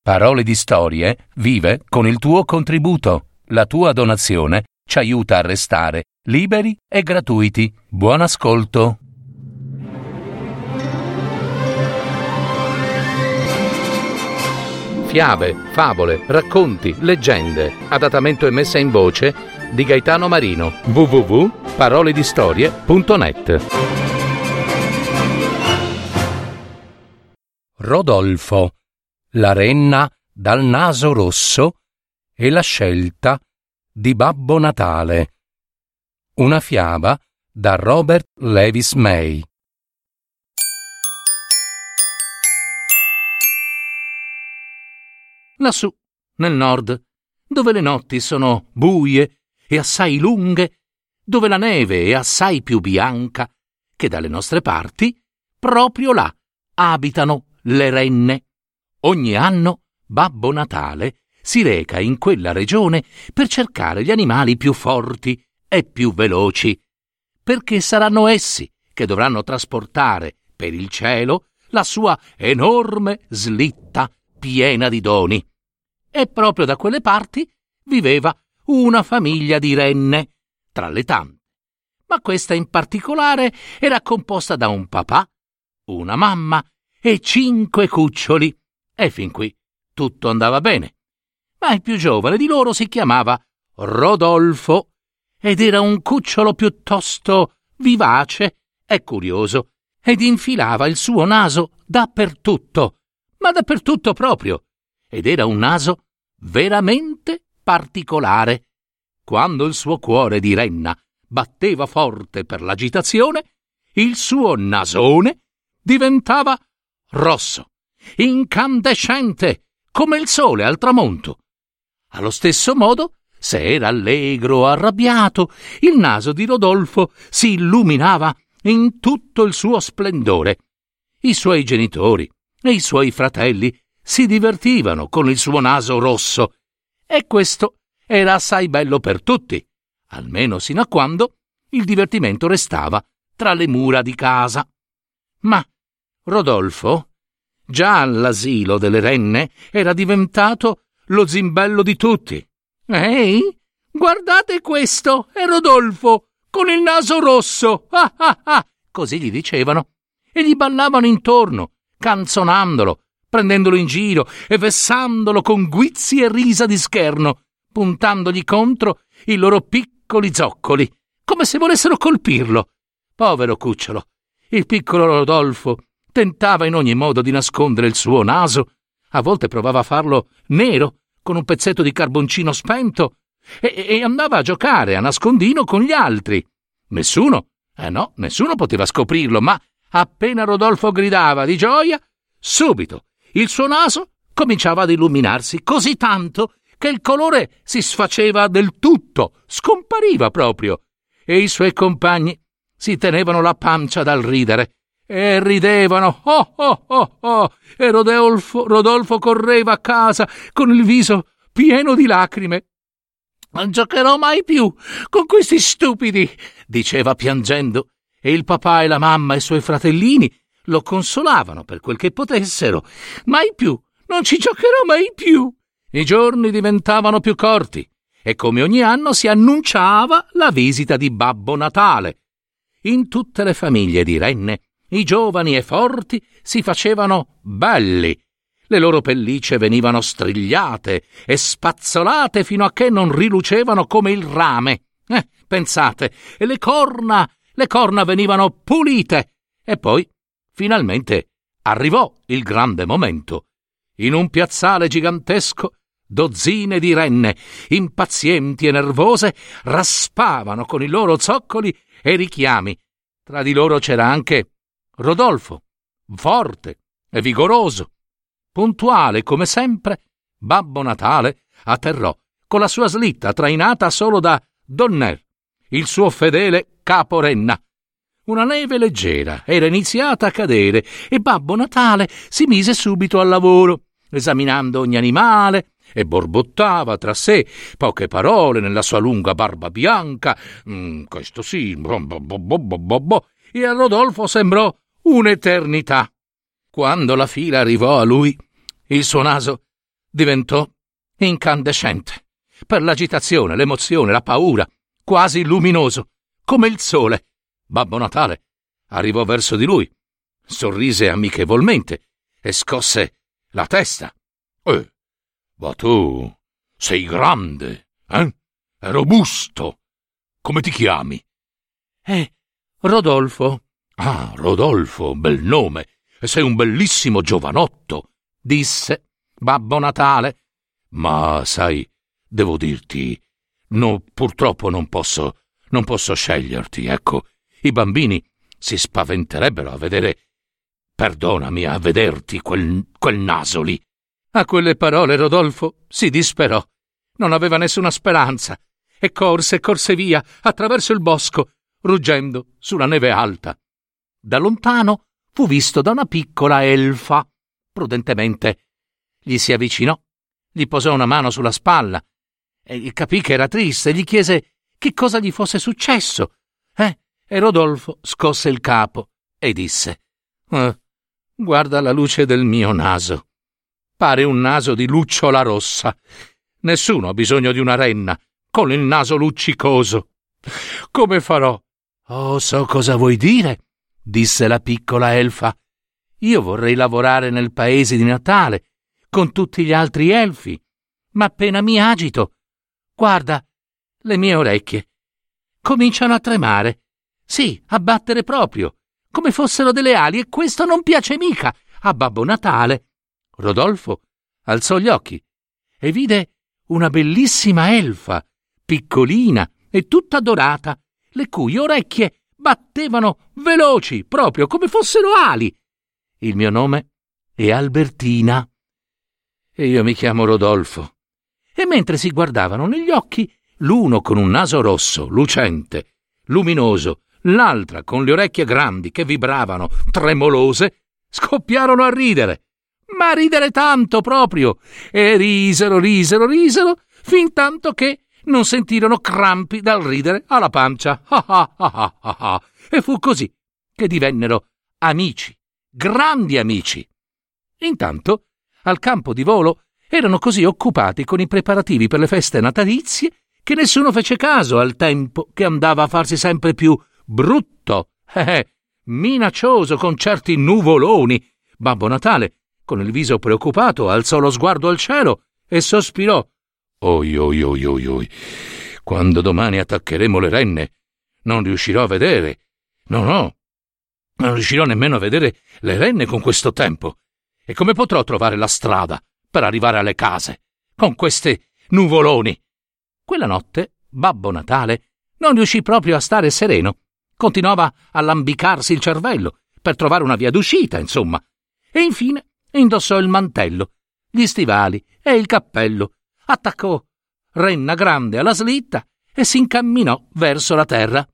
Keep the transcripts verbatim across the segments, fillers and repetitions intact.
Parole di Storie vive con il tuo contributo. La tua donazione ci aiuta a restare liberi e gratuiti. Buon ascolto. Fiabe, favole, racconti, leggende. Adattamento e messa in voce di Gaetano Marino. w w w punto parole di storie punto net. Rodolfo, la renna dal naso rosso e la scelta di Babbo Natale. Una fiaba da Robert Lewis May. Lassù, nel nord, dove le notti sono buie e assai lunghe, dove la neve è assai più bianca che dalle nostre parti, proprio là abitano le renne. Ogni anno Babbo Natale si reca in quella regione per cercare gli animali più forti e più veloci, perché saranno essi che dovranno trasportare per il cielo la sua enorme slitta piena di doni. E proprio da quelle parti viveva una famiglia di renne, tra le tante. Ma questa in particolare era composta da un papà, una mamma e cinque cuccioli. E fin qui tutto andava bene. Ma il più giovane di loro si chiamava Rodolfo ed era un cucciolo piuttosto vivace e curioso ed infilava il suo naso dappertutto, ma dappertutto proprio, ed era un naso veramente particolare. Quando il suo cuore di renna batteva forte per l'agitazione, il suo nasone diventava rosso, incandescente, come il sole al tramonto. Allo stesso modo, se era allegro o arrabbiato, il naso di Rodolfo si illuminava in tutto il suo splendore. I suoi genitori e i suoi fratelli si divertivano con il suo naso rosso, e questo era assai bello per tutti, almeno sino a quando il divertimento restava tra le mura di casa. Ma Rodolfo, già all'asilo delle renne, era diventato lo zimbello di tutti. «Ehi, guardate questo, è Rodolfo, con il naso rosso! Ah ah ah!» Così gli dicevano, e gli ballavano intorno, canzonandolo, prendendolo in giro e vessandolo con guizzi e risa di scherno, puntandogli contro i loro piccoli zoccoli, come se volessero colpirlo. Povero cucciolo, il piccolo Rodolfo tentava in ogni modo di nascondere il suo naso, a volte provava a farlo nero con un pezzetto di carboncino spento e, e andava a giocare a nascondino con gli altri. Nessuno, eh no, nessuno poteva scoprirlo, ma appena Rodolfo gridava di gioia, subito il suo naso cominciava ad illuminarsi così tanto che il colore si sfaceva del tutto, scompariva proprio, e i suoi compagni si tenevano la pancia dal ridere e ridevano. Oh oh oh oh! E Rodolfo, Rodolfo correva a casa con il viso pieno di lacrime. «Non giocherò mai più con questi stupidi», diceva piangendo, e il papà e la mamma e i suoi fratellini lo consolavano per quel che potessero. «Mai più, non ci giocherò mai più». I giorni diventavano più corti e come ogni anno si annunciava la visita di Babbo Natale. In tutte le famiglie di renne i giovani e forti si facevano belli. Le loro pellicce venivano strigliate e spazzolate fino a che non rilucevano come il rame. Eh, pensate, e le corna, le corna venivano pulite. E poi, finalmente, arrivò il grande momento. In un piazzale gigantesco, dozzine di renne, impazienti e nervose, raspavano con i loro zoccoli e richiami. Tra di loro c'era anche Rodolfo, forte e vigoroso. Puntuale come sempre, Babbo Natale atterrò con la sua slitta trainata solo da Donner, il suo fedele caporenna. Una neve leggera era iniziata a cadere e Babbo Natale si mise subito al lavoro, esaminando ogni animale, e borbottava tra sé poche parole nella sua lunga barba bianca. Mm, questo sì, bo, bo, bo, bo, bo, bo. E a Rodolfo sembrò un'eternità. Quando la fila arrivò a lui, il suo naso diventò incandescente, per l'agitazione, l'emozione, la paura, quasi luminoso, come il sole. Babbo Natale arrivò verso di lui, sorrise amichevolmente e scosse la testa. Eh, ma tu sei grande, eh? E robusto. Come ti chiami? Eh, Rodolfo. Ah, Rodolfo, bel nome. E sei un bellissimo giovanotto, disse Babbo Natale. Ma sai, devo dirti, no, purtroppo non posso, non posso sceglierti, ecco. I bambini si spaventerebbero a vedere, perdonami, a vederti quel, quel naso lì. A quelle parole Rodolfo si disperò. Non aveva nessuna speranza e corse, corse via attraverso il bosco, ruggendo sulla neve alta. Da lontano fu visto da una piccola elfa. Prudentemente gli si avvicinò, gli posò una mano sulla spalla e capì che era triste, gli chiese che cosa gli fosse successo. Eh, e Rodolfo scosse il capo e disse: eh, guarda la luce del mio naso. Pare un naso di lucciola rossa. Nessuno ha bisogno di una renna con il naso luccicoso. Come farò? Oh, so cosa vuoi dire, disse la piccola elfa. Io vorrei lavorare nel paese di Natale con tutti gli altri elfi, ma appena mi agito, guarda, le mie orecchie cominciano a tremare. Sì, a battere proprio, come fossero delle ali, e questo non piace mica a Babbo Natale. Rodolfo alzò gli occhi e vide una bellissima elfa, piccolina e tutta dorata, le cui orecchie battevano veloci, proprio come fossero ali. Il mio nome è Albertina e io mi chiamo Rodolfo. E mentre si guardavano negli occhi, l'uno con un naso rosso, lucente, luminoso, l'altra con le orecchie grandi che vibravano, tremolose, scoppiarono a ridere. Ma ridere tanto proprio, e risero, risero, risero, fin tanto che non sentirono crampi dal ridere alla pancia. Ah ah ah ah ah. E fu così che divennero amici, grandi amici. Intanto, al campo di volo, erano così occupati con i preparativi per le feste natalizie che nessuno fece caso al tempo che andava a farsi sempre più brutto, eh, minaccioso, con certi nuvoloni. Babbo Natale, con il viso preoccupato, alzò lo sguardo al cielo e sospirò. Oi, oi, oi, oi, oi. Quando domani attaccheremo le renne, non riuscirò a vedere. No, no, non riuscirò nemmeno a vedere le renne con questo tempo. E come potrò trovare la strada per arrivare alle case con questi nuvoloni? Quella notte Babbo Natale non riuscì proprio a stare sereno. Continuava a lambicarsi il cervello per trovare una via d'uscita, insomma. E infine indossò il mantello, gli stivali e il cappello, attaccò renna grande alla slitta e si incamminò verso la terra.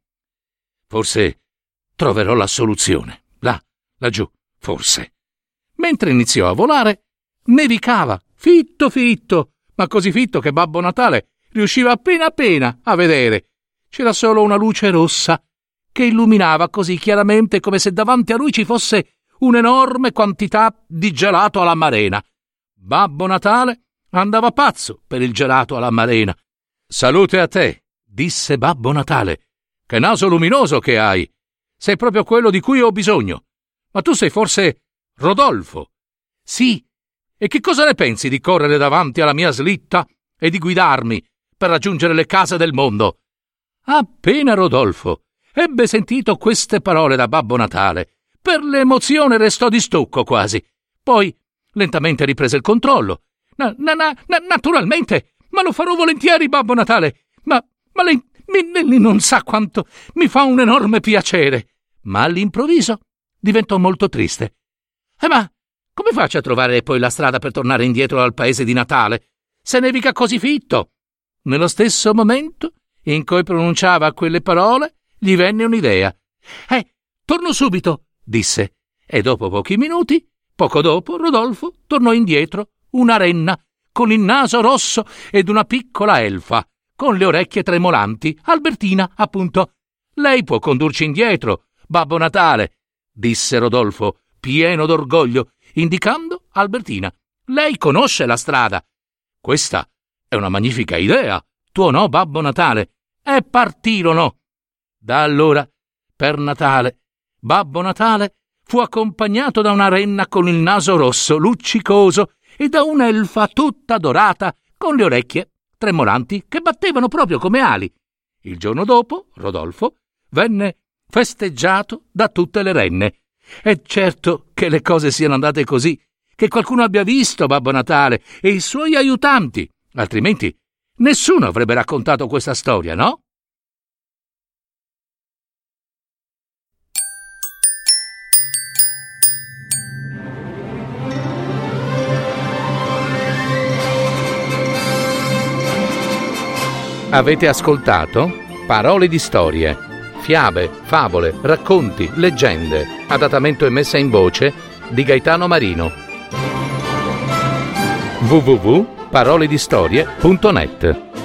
Forse troverò la soluzione, là, laggiù, forse. Mentre iniziò a volare, nevicava, fitto fitto, ma così fitto che Babbo Natale riusciva appena appena a vedere. C'era solo una luce rossa che illuminava così chiaramente come se davanti a lui ci fosse un'enorme quantità di gelato alla marena. Babbo Natale andava pazzo per il gelato alla marena. Salute a te, disse Babbo Natale. Che naso luminoso che hai! Sei proprio quello di cui ho bisogno. Ma tu sei forse Rodolfo? Sì. E che cosa ne pensi di correre davanti alla mia slitta e di guidarmi per raggiungere le case del mondo? Appena Rodolfo ebbe sentito queste parole da Babbo Natale, per l'emozione restò di stucco quasi. Poi lentamente riprese il controllo. Na, na, na, naturalmente, ma lo farò volentieri, Babbo Natale. Ma, ma lei, mi, lei non sa quanto mi fa un enorme piacere. Ma all'improvviso diventò molto triste. Eh, ma come faccio a trovare poi la strada per tornare indietro al paese di Natale, se nevica così fitto? Nello stesso momento in cui pronunciava quelle parole, gli venne un'idea. Eh, torno subito, disse, e dopo pochi minuti, poco dopo, Rodolfo tornò indietro, una renna, con il naso rosso ed una piccola elfa, con le orecchie tremolanti, Albertina, appunto. Lei può condurci indietro, Babbo Natale, disse Rodolfo, pieno d'orgoglio, indicando Albertina. Lei conosce la strada questa è una magnifica idea, tuonò Babbo Natale, e partirono. Da allora, per Natale, Babbo Natale fu accompagnato da una renna con il naso rosso, luccicoso, e da un'elfa tutta dorata, con le orecchie tremolanti che battevano proprio come ali. Il giorno dopo, Rodolfo venne festeggiato da tutte le renne. È certo che le cose siano andate così, che qualcuno abbia visto Babbo Natale e i suoi aiutanti, altrimenti nessuno avrebbe raccontato questa storia, no? Avete ascoltato Parole di storie, fiabe, favole, racconti, leggende, adattamento e messa in voce di Gaetano Marino. w w w punto paroledistorie punto net